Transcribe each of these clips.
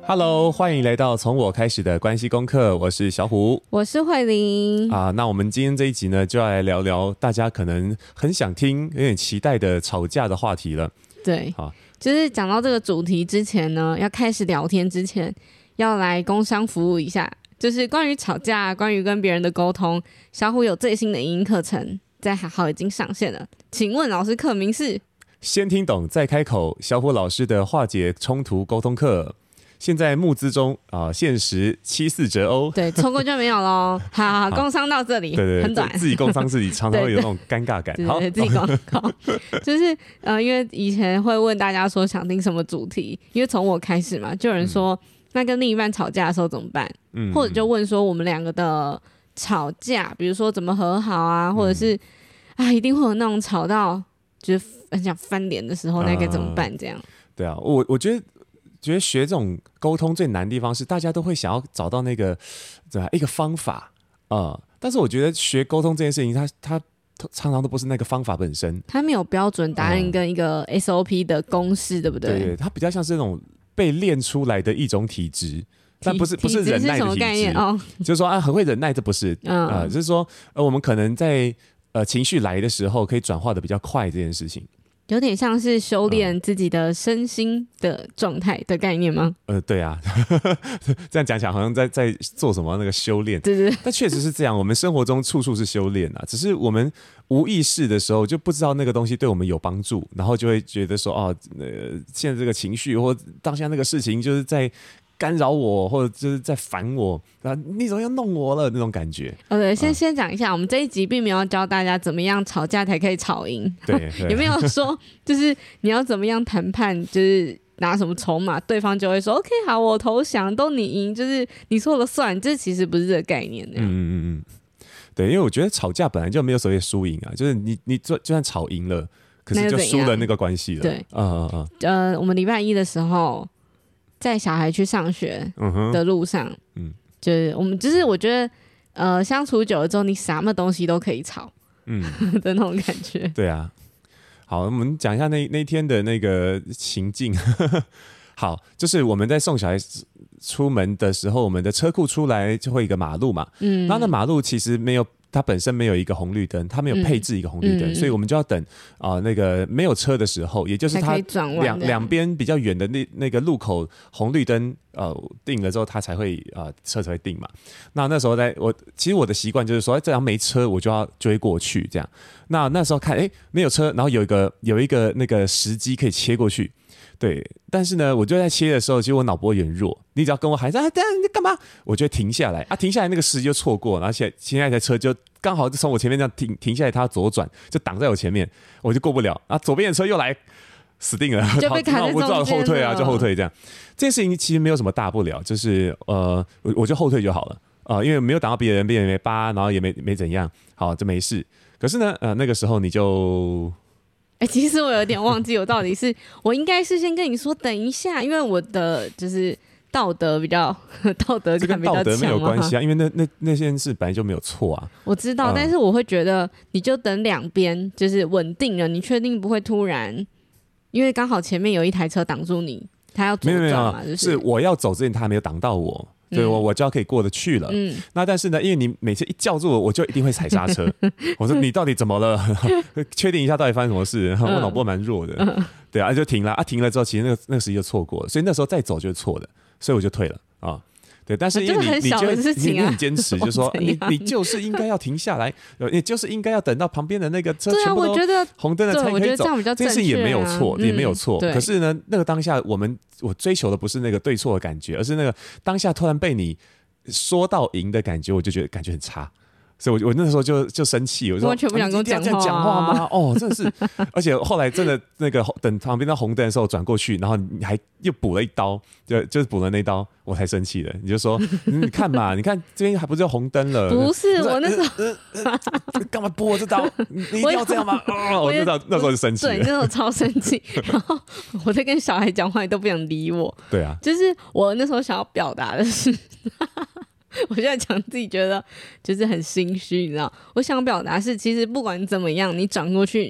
Hello， 欢迎来到从我开始的关系功课，我是小虎， 我是慧玲那我们今天这一集呢，就要来聊聊大家可能很想听、有点期待的吵架的话题了。 对，就是讲到这个主题之前呢，要开始聊天之前，要来工商服务一下，就是关于吵架、关于跟别人的沟通，小虎有最新的影音课程，在还好已经上线了。请问老师课名是？ 先听懂再开口，小虎老师的化解冲突沟通课。现在募资中限时74折哦。 对，错过就没有喽。好，工商到这里， 对， 很短， 自己工商自己常常会有那种尴尬感。 对，自己广告，就是因为以前会问大家说想听什么主题，因为从我开始嘛，就有人说、那跟另一半吵架的时候怎么办？或者就问说我们两个的吵架，比如说怎么和好啊，或者是一定会有那种吵到就是很想翻脸的时候，那该怎么办？这样。 对啊，我觉得学这种沟通最难的地方是，大家都会想要找到那个一个方法但是我觉得学沟通这件事情，它常常都不是那个方法本身， 它没有标准答案跟一个 SOP 的公式，对不对？ 对，它比较像是那种被练出来的一种体质，但不是忍耐的体质。就是说很会忍耐，这不是就是说我们可能在情绪来的时候可以转化的比较快这件事情。 有点像是修炼自己的身心的状态的概念吗？ 对啊，这样讲起来好像在做什么那个修炼， 对，但确实是这样。我们生活中处处是修炼啊，只是我们无意识的时候就不知道那个东西对我们有帮助，然后就会觉得说现在这个情绪或当下那个事情就是在干扰我，或者就是在烦我你怎么要弄我了那种感觉。 对，先讲一下，我们这一集并没有教大家怎么样吵架才可以吵赢， 对， 也没有说就是你要怎么样谈判，就是拿什么筹码，对方就会说 OK 好，我投降，都你赢，就是你说了算，这其实不是这个概念。 对，因为我觉得吵架本来就没有所谓输赢啊，就是你就算吵赢了，可是就输了那个关系了。 对，我们礼拜一的时候，在小孩去上学的路上，就是我们就是我觉得相处久了之后，你什么东西都可以吵，的那种感觉。 对啊，好，我们讲一下那天的那个情境。好，就是我们在送小孩出门的时候，我们的车库出来就会有一个马路嘛，然后那马路其实没有。它本身没有一个红绿灯，它没有配置一个红绿灯，所以我们就要等那个没有车的时候，也就是它两边比较远的那个路口红绿灯定了之后，它才会车才会定嘛。那时候其实我的习惯就是说，这样没车我就要追过去这样。那时候看没有车，然后有一个那个时机可以切过去。对，但是呢，我就在切的时候，其实我脑波有点弱。你只要跟我喊说等下你干嘛，我就会停下来停下来那个时机就错过，然后现在一台车就刚好就从我前面这样停下来，它左转就挡在我前面，我就过不了左边的车又来，死定了， 就被卡在中间了， 我只好后退就后退这样。这件事情其实没有什么大不了，就是我就后退就好了因为没有挡到别人没扒，然后也没怎样，好就没事。可是呢那个时候你就。 其实我有点忘记，我应该是先跟你说等一下，因为我的就是道德比较道德感比较强， 这跟道德没有关系因为那件事本来就没有错啊。 我知道，但是我会觉得你就等两边就是稳定了，你确定不会突然，因为刚好前面有一台车挡住你，他要左转嘛， 是我要走之前他还没有挡到我。对，我就要可以过得去了。那但是呢，因为你每次一叫住我就一定会踩刹车。我说你到底怎么了？确定一下到底发生什么事。我脑波蛮弱的，对就停了停了之后，其实那个时机就错过了，所以那时候再走就是错的，所以我就退了对，但是因为你很坚持，就说你就是应该要停下来，你就是应该要等到旁边的那个车全部都红灯了才可以走。这件事也没有错，也没有错。可是呢，那个当下我追求的不是那个对错的感觉，而是那个当下突然被你说到赢的感觉，我就觉得感觉很差。所以我那时候就生气，我说完全不想跟我讲话吗？真的是，而且后来真的那个等旁边的红灯的时候转过去，然后你还又补了一刀，就是补了那一刀，我才生气的。你就说你看嘛，你看这边还不是红灯了？ 不是我那时候干嘛补我这刀？你一定要这样吗？我知道那时候就生气了， 对，那时候超生气。然后我在跟小孩讲话，你都不想理我。 对啊， 就是我那时候想要表达的是。我现在讲自己觉得就是很心虚，你知道？我想表达是，其实不管怎么样，你转过去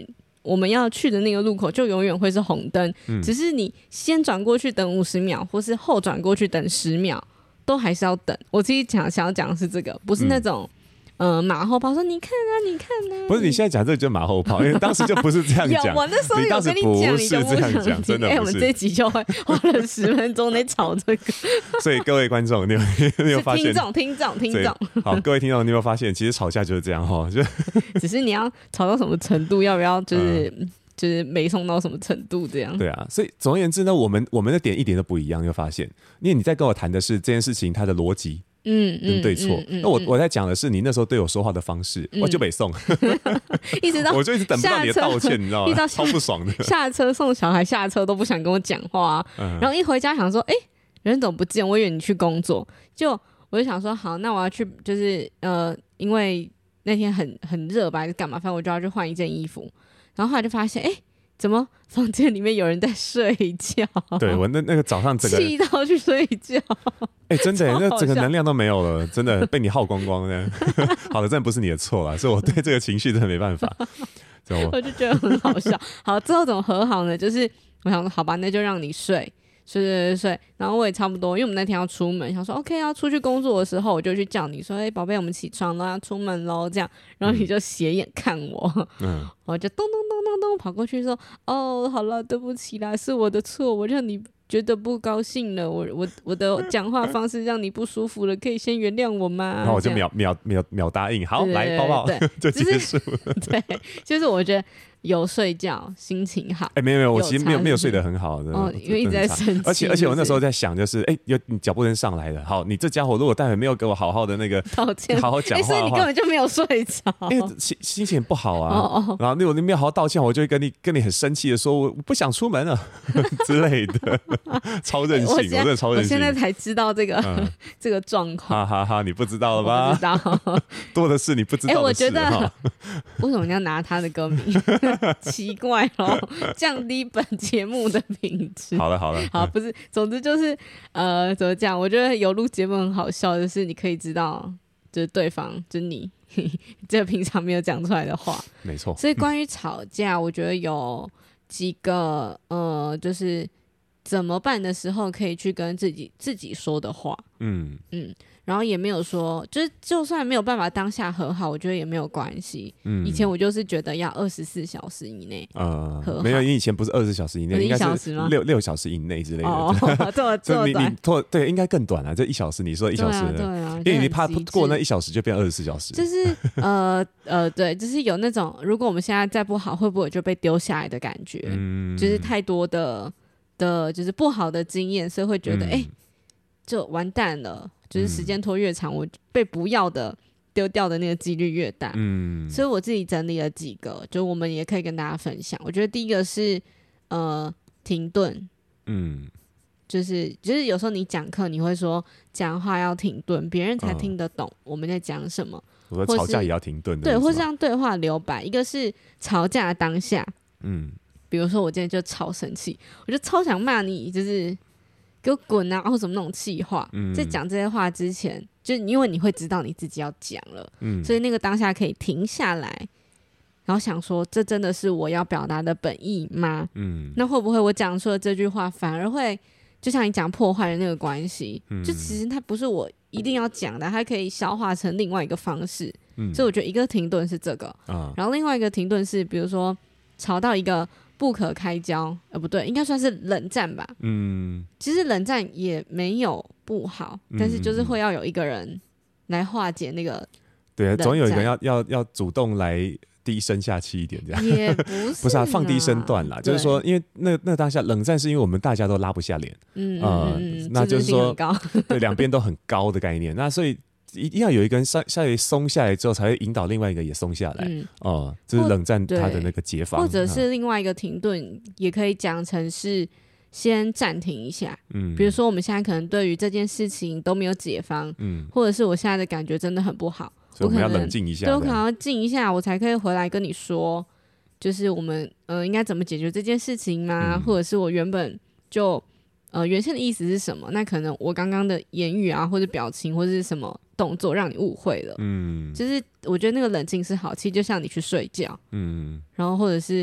我们要去的那个路口就永远会是红灯，只是你先转过去等50秒，或是后转过去等10秒，都还是要等。我自己想要讲的是这个，不是那种。马后炮说你看啊，你看啊， 不是你现在讲这个就马后炮，因为当时就不是这样讲。 我那时候有跟你讲，你就不想听。 真的不是。 我们这集就会花了10分钟在吵这个。 所以各位观众，你有发现？ 听众。 好，各位听众，你有没有发现，其实吵架就是这样哈，就只是你要吵到什么程度，要不要就是没送到什么程度这样。 对啊，所以总而言之呢，我们的点一点都不一样，你会发现，因为你在跟我谈的是这件事情它的逻辑。跟对错，那我在讲的是你那时候对我说话的方式，我就没送， 一直到我就一直等不到你的道歉，你知道吗？超不爽的。 下车送小孩下车都不想跟我讲话，然后一回家想说，人怎么不见？我以为你去工作，我就想说，好，那我要去，就是因为那天很热吧，还是干嘛？反正我就要去换一件衣服，然后后来就发现，怎么房间里面有人在睡觉？对， 我那个早上整个气到去睡觉。 真的，那整个能量都没有了，真的被你耗光光的。好了，真的不是你的错啦，是我对这个情绪真的没办法。 我就觉得很好笑。好，之后怎么和好呢？就是我想说，好吧，那就让你睡。然后我也差不多，因为我们那天要出门，想说 OK 要出去工作的时候，我就去叫你说，宝贝，我们起床了，要出门咯，这样，然后你就斜眼看我，我就咚咚咚咚咚跑过去说，哦，好了，对不起啦，是我的错，我让你觉得不高兴了，我的讲话方式让你不舒服了，可以先原谅我吗？ 然后我就秒答应，好，来抱抱，就结束了。 对，就是我觉得有睡觉，心情好。 没有，我其实没有睡得很好的。 因为一直在生气。 而且我那时候在想，就是你脚步声上来了，好，你这家伙如果待会没有给我好好的那个道歉， 好好讲话的话， 所以你根本就没有睡着， 因为心情不好啊。然后你没有好好道歉，我就会跟你很生气的说，我不想出门了之类的，超任性，我真的超任性。 我现在才知道这个状况， 哈哈哈，你不知道了吧？ 不知道， 多的是你不知道的事。 我觉得为什么你要拿他的歌名？奇怪哦，降低本节目的品质。 好了， 好，不是，总之就是怎么讲？我觉得有录节目很好笑，就是你可以知道，就是对方，就是你，这平常没有讲出来的话， 没错。 所以关于吵架，我觉得有几个就是怎么办的时候，可以去跟自己说的话。然后也没有说，就算没有办法当下和好，我觉得也没有关系。以前我就是觉得要24小时以内和好， 没有，因为以前不是24小时以内，应该是6小时以内之类的。 这么短， 对，应该更短啊，这1小时，你说1小时， 对啊， 因为你怕过那1小时就变24小时。 就是对，就是有那种，如果我们现在再不好，会不会就被丢下来的感觉？就是太多的就是不好的经验，所以会觉得就完蛋了。就是时间拖越长，我被不要的丢掉的那个几率越大。所以我自己整理了几个，就我们也可以跟大家分享。我觉得第一个是停顿。就是有时候你讲课，你会说讲话要停顿，别人才听得懂我们在讲什么。 我说吵架也要停顿的， 对，或是让对话留白。一个是吵架的当下，比如说我今天就超生气，我就超想骂你，就是给我滚啊，或什么那种气话。在讲这些话之前，就因为你会知道你自己要讲了，所以那个当下可以停下来，然后想说，这真的是我要表达的本意吗？那会不会我讲出了这句话，反而会就像你讲破坏了那个关系？就其实它不是我一定要讲的，它可以消化成另外一个方式。所以我觉得一个停顿是这个，然后另外一个停顿是，比如说吵到一个不可开交，不对，应该算是冷战吧。其实冷战也没有不好，但是就是会要有一个人来化解那个。 对，总有一个人要主动来低声下气一点，这样也不是不是啊，放低身段啦。就是说，因为那当下冷战是因为我们大家都拉不下脸，那就是说，对，两边都很高的概念，那所以一定要有一个人稍微松下来之后，才会引导另外一个也松下来。这是冷战它的那个解法， 或者是另外一个停顿，也可以讲成是先暂停一下。比如说我们现在可能对于这件事情都没有解方，或者是我现在的感觉真的很不好， 所以我们要冷静一下， 对，我可能要静一下，我才可以回来跟你说，就是我们应该怎么解决这件事情吗？或者是我原本就原先的意思是什么？那可能我刚刚的言语啊，或者表情，或者是什么动作让你误会了。就是我觉得那个冷静是好，其实就像你去睡觉，然后或者是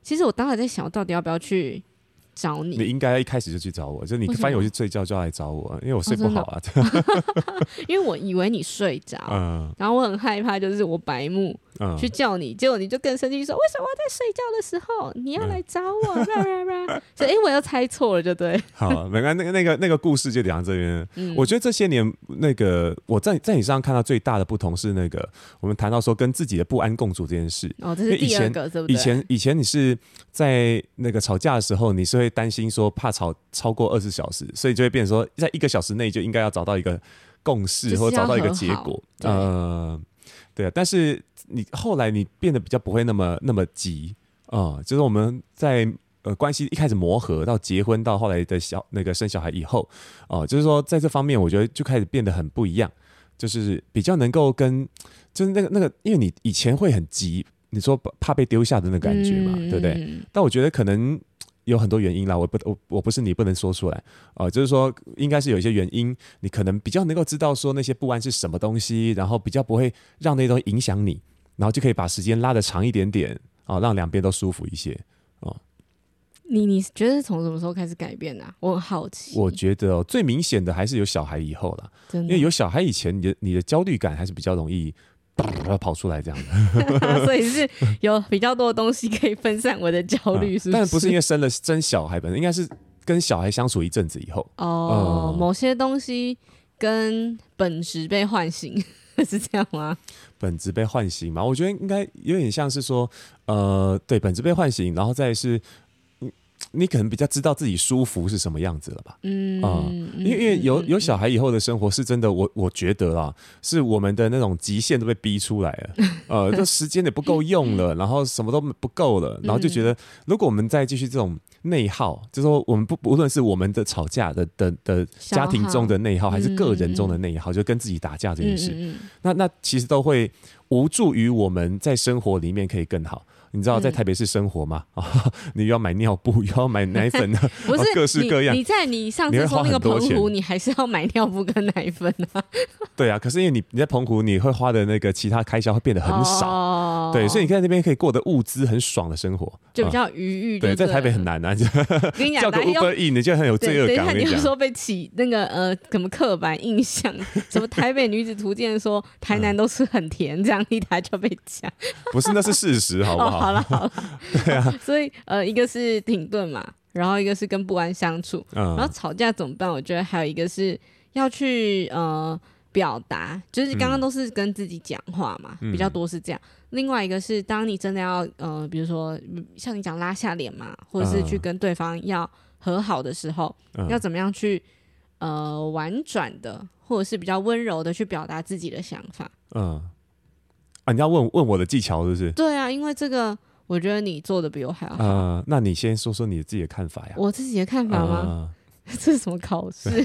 其实我当时在想，我到底要不要去找你？ 你应该一开始就去找我，就是你发现我去睡觉就要来找我，因为我睡不好啊。 因为我以为你睡着，然后我很害怕，就是我白目去叫你，结果你就更生气说，为什么我在睡觉的时候你要来找我？所以我又猜错了，就对。 好，没关系，那个故事就讲到这边。我觉得这些年那个我在你身上看到最大的不同是那个我们谈到说跟自己的不安共处这件事。 哦，这是第二个，对不对？ 以前你是在那个吵架的时候，你是会担心说怕吵超过20小时，所以就会变成说在1个小时内就应该要找到一个共识或者找到一个结果。对啊，但是你后来你变得比较不会那么急就是我们在关系一开始磨合到结婚到后来的那个生小孩以后就是说在这方面我觉得就开始变得很不一样，就是比较能够跟就是那个，因为你以前会很急，你说怕被丢下的那个感觉嘛，对不对？但我觉得可能有很多原因啦，我不是你不能说出来就是说应该是有一些原因，你可能比较能够知道说那些不安是什么东西，然后比较不会让那些东西影响你，然后就可以把时间拉得长一点点让两边都舒服一些你觉得是从什么时候开始改变啊？我很好奇。 我觉得最明显的还是有小孩以后啦，因为有小孩以前你的焦虑感还是比较容易跑出来这样的所以是有比较多的东西可以分散我的焦虑，是不是？ 但不是因为生小孩本身，应该是跟小孩相处一阵子以后某些东西跟本质被唤醒是这样吗？ 本质被唤醒嘛，我觉得应该有点像是说对，本质被唤醒，然后再是你可能比较知道自己舒服是什么样子了吧？因为有小孩以后的生活是真的，我觉得啦，是我们的那种极限都被逼出来了，这时间也不够用了，然后什么都不够了，然后就觉得如果我们再继续这种内耗，就是说我们无论是我们的吵架的家庭中的内耗，还是个人中的内耗，就跟自己打架这件事，那其实都会无助于我们在生活里面可以更好。你知道在台北市生活吗？你又要买尿布，又要买奶粉不是各式各样。 你上次说那个澎湖，你还是要买尿布跟奶粉啊？ 对啊，可是因为你在澎湖，你会花的那个其他开销会变得很少，对，所以你在那边可以过得物资很爽的生活， 就比较余裕。 对，在台北很难啊，跟你讲，叫个 Uber Eats 你就很有罪恶感。 等一下你又说被起那个什么刻板印象，什么台北女子图鉴说台南都是很甜，这样一台就被讲。 不是，那是事实，好不好？ 好了，对啊，所以一个是停顿嘛，然后一个是跟不安相处，然后吵架怎么办？我觉得还有一个是要去表达，就是刚刚都是跟自己讲话嘛，比较多是这样。另外一个是当你真的要比如说像你讲拉下脸嘛，或者是去跟对方要和好的时候，要怎么样去婉转的，或者是比较温柔的去表达自己的想法。 你要问我的技巧是不是？ 对啊，因为这个我觉得你做的比我还要好。 那你先说说你自己的看法呀。 我自己的看法吗？这是什么考试？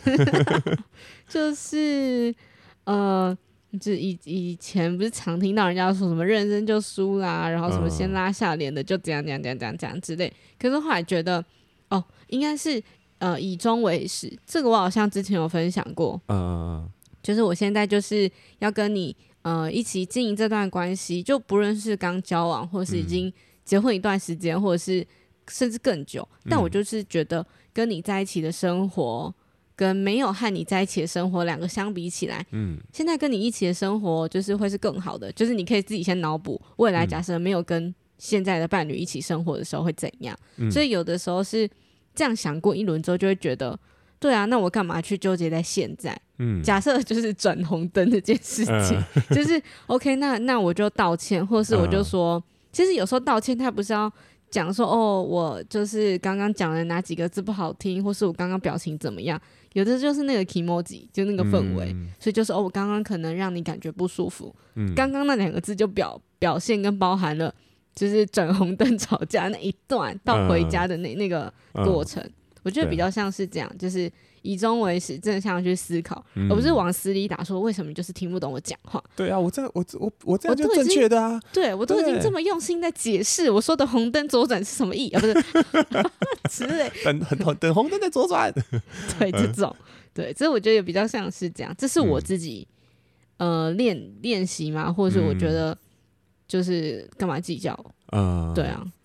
就是就以前不是常听到人家说什么认真就输啦，然后什么先拉下脸的就怎样之类。可是后来觉得应该是以终为始。这个我好像之前有分享过。就是我现在就是要跟你一起经营这段关系，就不论是刚交往，或是已经结婚一段时间，或者是甚至更久，但我就是觉得跟你在一起的生活跟没有和你在一起的生活两个相比起来，现在跟你一起的生活就是会是更好的，就是你可以自己先脑补未来假设没有跟现在的伴侣一起生活的时候会怎样，所以有的时候是这样想过一轮之后就会觉得对啊，那我干嘛去纠结在现在？假设就是转红灯这件事情，就是 OK， 那我就道歉，或是我就说，其实有时候道歉他不是要讲说我就是刚刚讲了哪几个字不好听，或是我刚刚表情怎么样，有的就是那个 kimoji 就那个氛围，所以就是我刚刚可能让你感觉不舒服，刚刚那2个字就表现跟包含了就是转红灯吵架那一段到回家的那个过程。我觉得比较像是这样，就是以终为始，正向去思考，而不是往死里打说为什么你就是听不懂我讲话。 对啊，我这样就正确的啊。 对，我都已经这么用心在解释我说的红灯左转是什么意不是之类等红灯再左转。 对，这种对，这我觉得也比较像是这样，这是我自己练习嘛，或者是我觉得就是干嘛计较。对啊。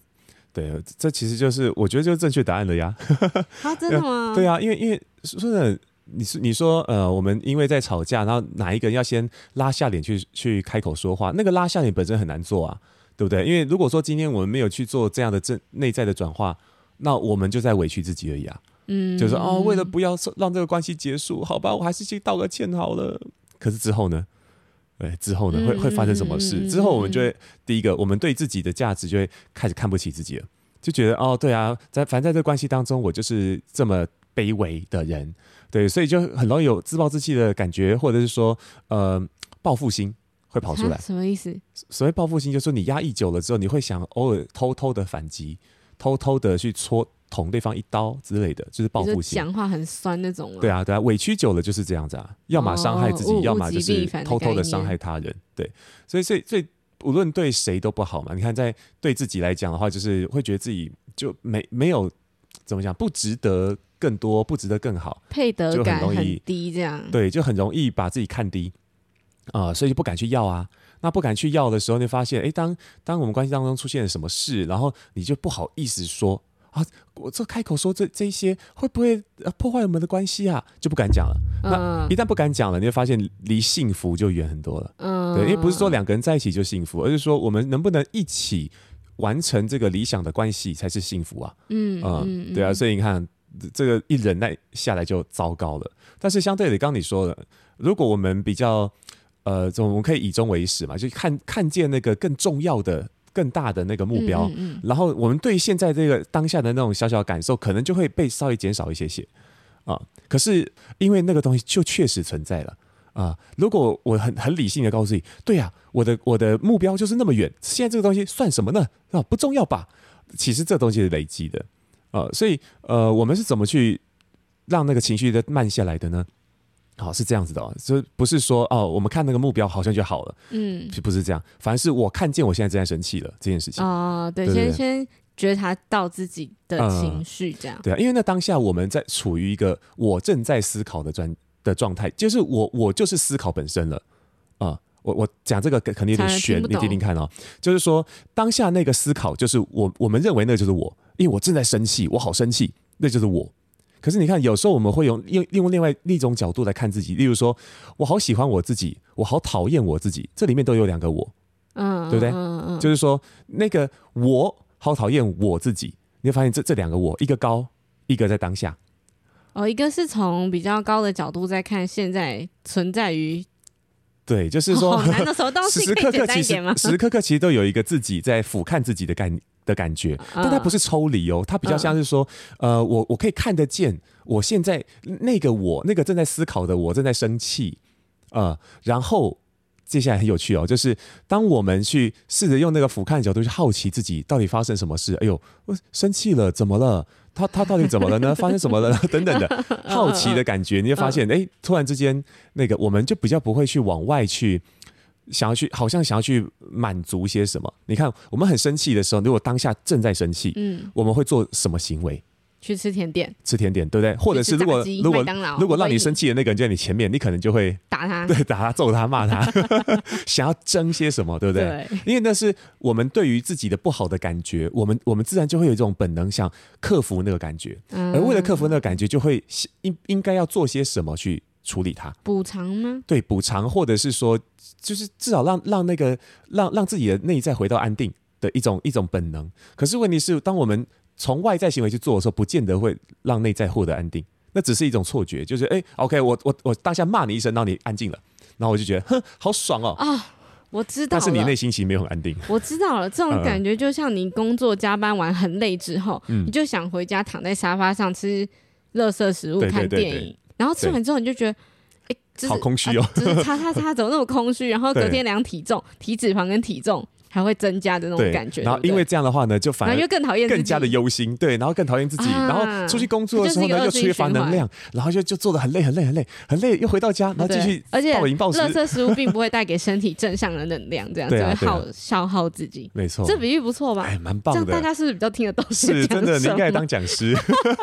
对，这其实就是我觉得就是正确答案了呀。 啊，真的吗？ 对啊，因为说真的，你说我们因为在吵架，然后哪一个人要先拉下脸去开口说话，那个拉下脸本身很难做啊，对不对？因为如果说今天我们没有去做这样的内在的转化，那我们就在委屈自己而已啊。就是为了不要让这个关系结束，好吧，我还是去道个歉好了。可是之后呢？对，之后呢会发生什么事？之后我们就会第一个，我们对自己的价值就会开始看不起自己了，就觉得对啊，反正在这个关系当中，我就是这么卑微的人，对，所以就很容易有自暴自弃的感觉，或者是说报复心会跑出来。 什么意思？ 所谓报复心，就是说你压抑久了之后，你会想偶尔偷偷的反击，偷偷的去捅对方一刀之类的，就是报复心。 讲话很酸那种。 对啊，委屈久了就是这样子啊，要么伤害自己，要么就是偷偷的伤害他人。对，所以无论对谁都不好嘛。你看，在对自己来讲的话，就是会觉得自己就没有怎么讲，不值得更多，不值得更好， 配得感很低，这样。 对，就很容易把自己看低所以就不敢去要啊。那不敢去要的时候，你发现，当我们关系当中出现了什么事，然后你就不好意思说。我这开口说这一些会不会破坏我们的关系啊？就不敢讲了。那一旦不敢讲了，你会发现离幸福就远很多了。对，因为不是说两个人在一起就幸福，而是说我们能不能一起完成这个理想的关系才是幸福啊。对啊，所以你看这个一忍耐下来就糟糕了。但是相对的，刚刚你说的，如果我们比较我们可以以终为始嘛，就看见那个更重要的。更大的那个目标，然后我们对现在这个当下的那种小小的感受，可能就会被稍微减少一些可是因为那个东西就确实存在了如果我很理性的告诉你，对啊，我的目标就是那么远，现在这个东西算什么呢？不重要吧？其实这东西是累积的所以我们是怎么去让那个情绪的慢下来的呢？是这样子的就不是说我们看那个目标好像就好了，不是这样，反而是我看见我现在正在生气了这件事情对，先觉察到自己的情绪，这样对啊，因为那当下我们在处于一个我正在思考的状态，就是我就是思考本身了我讲这个肯定有点悬，你听听看就是说当下那个思考就是我们认为那就是我，因为我正在生气，我好生气，那就是我。可是你看，有时候我们会用另外一种角度来看自己，例如说，我好喜欢我自己，我好讨厌我自己，这里面都有两个我，对不对？就是说，那个我好讨厌我自己，你会发现这两个我，一个高，一个在当下。 一个是从比较高的角度在看现在存在于。 对，就是说， 好难的什么东西可以简单一点吗？ 时时刻刻其实都有一个自己在俯瞰自己的感觉，但它不是抽离它比较像是说，我可以看得见，我现在那个正在思考的我正在生气，然后接下来很有趣就是当我们去试着用那个俯瞰的角度去好奇自己到底发生什么事，哎呦，我生气了，怎么了？他到底怎么了呢？发生什么了呢？等等的好奇的感觉，你会发现，突然之间，那个我们就比较不会去往外去。好像想要去满足些什么？你看，我们很生气的时候，如果当下正在生气，我们会做什么行为？ 去吃甜点， 对不对？或者是如果让你生气的那个人就在你前面，你可能就会打他， 对，打他、揍他、骂他，想要争些什么，对不对？ 对， 因为那是我们对于自己的不好的感觉，我们自然就会有一种本能想克服那个感觉，而为了克服那个感觉，就会应该要做些什么去处理它， 补偿吗？ 对，补偿，或者是说，就是至少让自己的内在回到安定的一种本能。可是问题是，当我们从外在行为去做的时候，不见得会让内在获得安定，那只是一种错觉，就是OK， 我当下骂你一声，让你安静了，然后我就觉得好爽我知道了， 但是你内心其实没有很安定。 我知道了，这种感觉就像你工作加班完很累之后，你就想回家躺在沙发上吃垃圾食物看电影，然后吃完之后你就觉得好空虚就是叉怎么那么空虚，然后隔天量体重、体脂肪跟体重还会增加的那种感觉。 然后因为这样的话呢，就反而更讨厌自己， 更加的忧心，对，然后更讨厌自己，然后出去工作的时候呢，又缺乏能量，然后就做得很累，又回到家，然后继续暴饮暴食。 垃圾食物并不会带给身体正向的能量，这样就会消耗自己。 没错， 这比喻不错吧？ 蛮棒的。 这样大家是不是比较听得懂？ 是真的，你应该当讲师。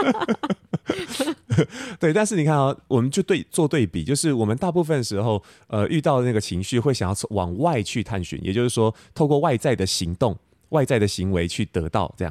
对，但是你看我们就做对比，就是我们大部分时候遇到那个情绪会想要往外去探寻，也就是说透过外在的行动、外在的行为去得到这样。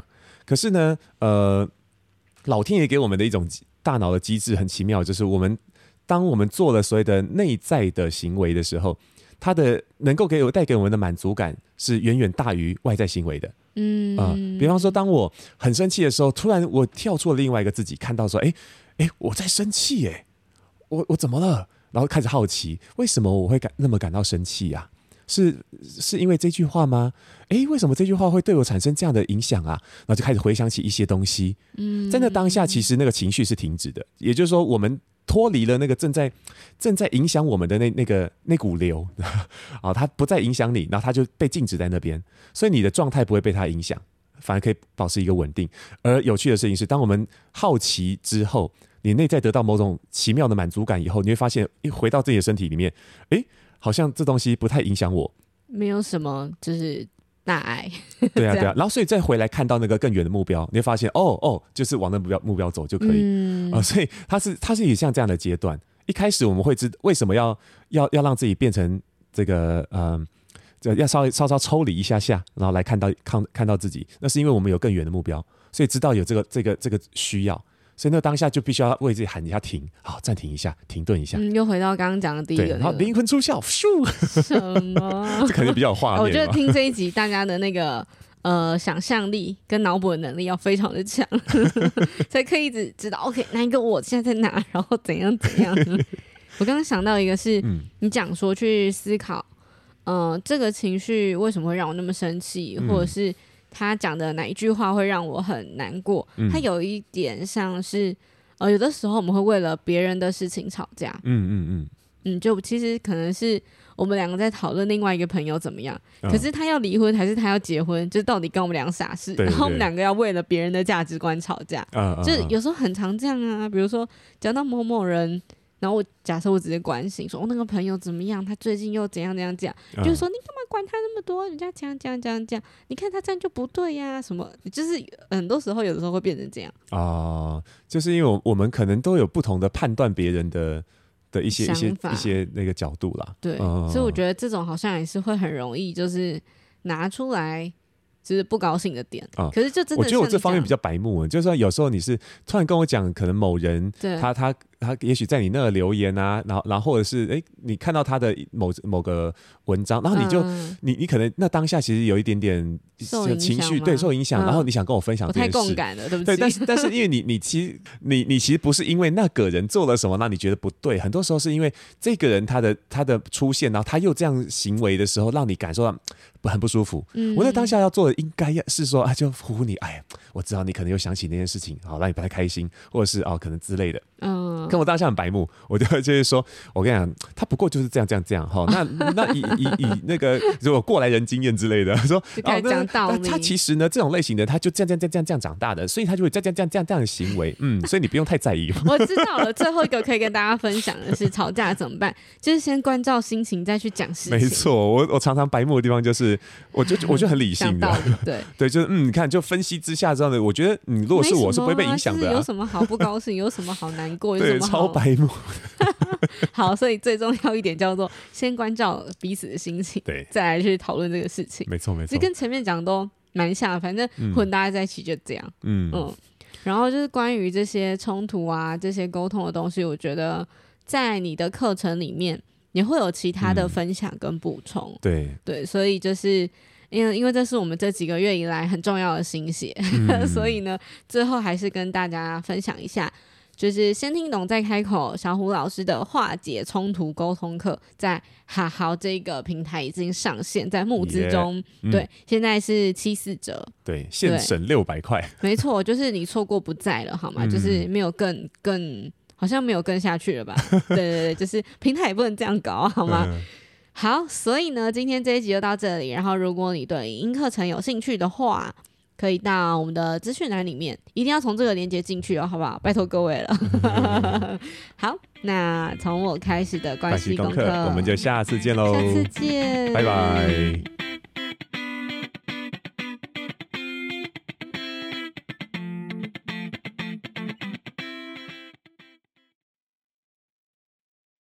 可是呢，老天爷给我们的一种大脑的机制很奇妙，就是当我们做了所谓的内在的行为的时候，它的能够带给我们的满足感是远远大于外在行为的。比方说，当我很生气的时候，突然我跳出了另外一个自己，看到说，我在生气，我怎么了？然后开始好奇，为什么我会那么感到生气啊？是因为这句话吗？为什么这句话会对我产生这样的影响啊？然后就开始回想起一些东西。在那当下，其实那个情绪是停止的，也就是说，我们脱离了那个正在影响我们的那股流它不再影响你，然后它就被静止在那边，所以你的状态不会被它影响，反而可以保持一个稳定。而有趣的事情是，当我们好奇之后，你内在得到某种奇妙的满足感以后，你会发现一回到自己的身体里面，好像这东西不太影响我，没有什么就是大爱。 对啊，然后所以再回来看到那个更远的目标，你会发现就是往那目标走就可以。所以它是也像这样的阶段。一开始我们会知为什么要让自己变成这个要稍抽离一下，然后来看到自己，那是因为我们有更远的目标，所以知道有这个需要。所以那当下就必须要为自己喊一下停，暂停一下，停顿一下。 又回到刚刚讲的第一个， 然后灵魂出窍，咻！ 什么？ 这肯定比较有画面。 我觉得听这一集，大家的那个想象力跟脑补的能力要非常的强，才可以一直知道 OK 哪一个我现在在哪，然后怎样。我刚刚想到一个是，你讲说去思考，这个情绪为什么会让我那么生气，或者是他讲的哪一句话会让我很难过。他有一点像是有的时候我们会为了别人的事情吵架。就其实可能是我们两个在讨论另外一个朋友怎么样，可是他要离婚还是他要结婚，就是到底跟我们两个啥事，然后我们两个要为了别人的价值观吵架。就是有时候很常这样啊，比如说讲到某某人，然后假设我直接关心说那个朋友怎么样，他最近又怎样，就是说你干嘛管他那么多，人家这样，你看他这样就不对呀，什么就是很多时候有的时候会变成这样就是因为我们可能都有不同的判断别人的一些那个角度啦。 对，所以我觉得这种好像也是会很容易就是拿出来就是不高兴的点。可是就真的我觉得我这方面比较白目，就是说有时候你是突然跟我讲可能某人他也许在你那留言啊，然后或者是你看到他的某个文章，然后你就你可能那当下其实有一点点情绪受影响，然后你想跟我分享这件事， 我太共感了，对不起。 对，但是因为你其实不是因为那个人做了什么让你觉得不对，很多时候是因为这个人他的出现，然后他又这样行为的时候，让你感受到很不舒服。我在当下要做的应该是说就呼呼你，我知道你可能又想起那件事情，好让你不太开心，或者是可能之类的。跟我当下很白目，我就是说，我跟你讲，他不过就是这样哈。那以那个如果过来人经验之类的，说讲道理， 他其实呢这种类型的，他就这样长大的，所以他就会这样的行为。所以你不用太在意。 我知道了，最后一个可以跟大家分享的是吵架怎么办，就是先关照心情再去讲事情。 没错，我常常白目的地方就是，我就很理性的，对，就是你看，就分析之下之后呢，我觉得如果是我是不会被影响的。 有什么好不高兴，有什么好难过，有什么好超白目。 好，所以最重要一点叫做先关照彼此的心情， 对， 再来去讨论这个事情。 没错， 这跟前面讲的都蛮像，反正混搭在一起就这样。然后就是关于这些冲突啊，这些沟通的东西，我觉得在你的课程里面也会有其他的分享跟补充。对，所以就是因为这是我们这几个月以来很重要的心血，所以呢，最后还是跟大家分享一下，就是先听懂再开口，小虎老师的化解冲突沟通课在哈好这个平台已经上线，在募资中，对，现在是74折， 对，现省600块， 没错，就是你错过不在了，好吗？就是没有更好像没有更下去了吧？对，就是平台也不能这样搞，好吗？好，所以呢，今天这一集就到这里。然后，如果你对影音课程有兴趣的话，可以到我们的资讯栏里面，一定要从这个连结进去哦，好不好？拜托各位了。好，那从我开始的关系功课， 我们就下次见喽， 下次见， 拜拜。